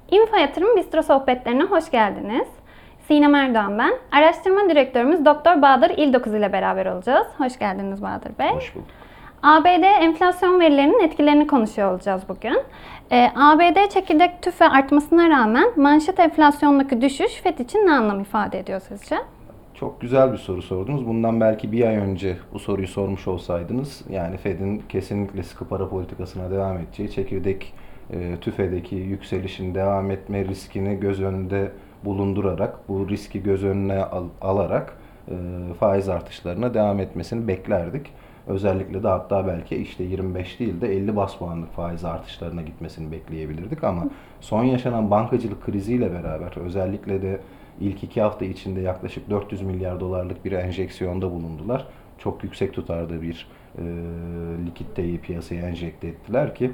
İnfo Yatırım Bistro Sohbetlerine hoş geldiniz. Sinem Erdoğan ben. Araştırma direktörümüz Doktor Bahadır İldokuz ile beraber olacağız. Hoş geldiniz Bahadır Bey. Hoş bulduk. ABD enflasyon verilerinin etkilerini konuşuyor olacağız bugün. ABD çekirdek tüfe artmasına rağmen manşet enflasyondaki düşüş FED için ne anlam ifade ediyor sizce? Çok güzel bir soru sordunuz. Bundan belki bir ay önce bu soruyu sormuş olsaydınız, yani Fed'in kesinlikle sıkı para politikasına devam edeceği, çekirdek tüfedeki yükselişin devam etme riskini göz önünde bulundurarak, bu riski göz önüne alarak faiz artışlarına devam etmesini beklerdik. Özellikle de hatta belki işte 25 değil de 50 bas puanlık faiz artışlarına gitmesini bekleyebilirdik ama son yaşanan bankacılık kriziyle beraber özellikle de ilk 2 hafta içinde yaklaşık 400 milyar dolarlık bir enjeksiyonda bulundular. Çok yüksek tutarda bir likiditeyi piyasaya enjekte ettiler ki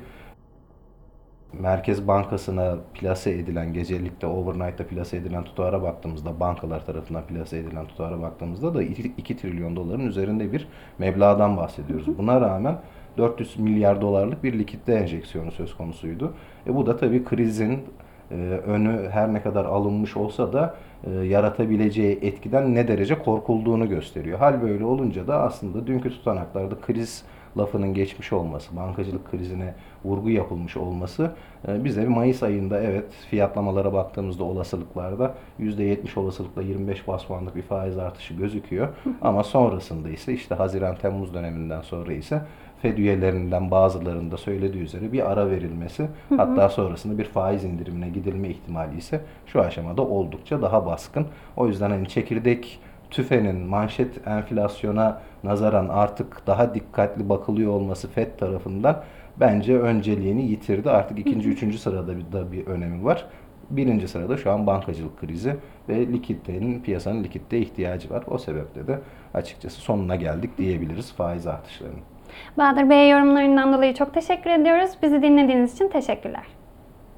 Merkez Bankası'na plase edilen, gecelikte overnight'ta plase edilen tutara baktığımızda, bankalar tarafından plase edilen tutara baktığımızda da 2 trilyon doların üzerinde bir meblağdan bahsediyoruz. Buna rağmen 400 milyar dolarlık bir likidite enjeksiyonu söz konusuydu. Bu da tabii krizin önü her ne kadar alınmış olsa da yaratabileceği etkiden ne derece korkulduğunu gösteriyor. Hal böyle olunca da aslında dünkü tutanaklarda kriz lafının geçmiş olması, bankacılık krizine vurgu yapılmış olması bize Mayıs ayında evet fiyatlamalara baktığımızda olasılıklarda %70 olasılıkla 25 bas puanlık bir faiz artışı gözüküyor. Ama sonrasında ise işte Haziran-Temmuz döneminden sonra ise Fed üyelerinden bazılarında söylediği üzere bir ara verilmesi, hatta sonrasında bir faiz indirimine gidilme ihtimali ise şu aşamada oldukça daha baskın. O yüzden hani çekirdek tüfenin manşet enflasyona nazaran artık daha dikkatli bakılıyor olması Fed tarafından bence önceliğini yitirdi. Artık ikinci, üçüncü sırada bir önemi var. Birinci sırada şu an bankacılık krizi ve piyasanın likiditeye ihtiyacı var. O sebeple de açıkçası sonuna geldik diyebiliriz faiz artışlarının. Bahadır Bey yorumlarından dolayı çok teşekkür ediyoruz. Bizi dinlediğiniz için teşekkürler.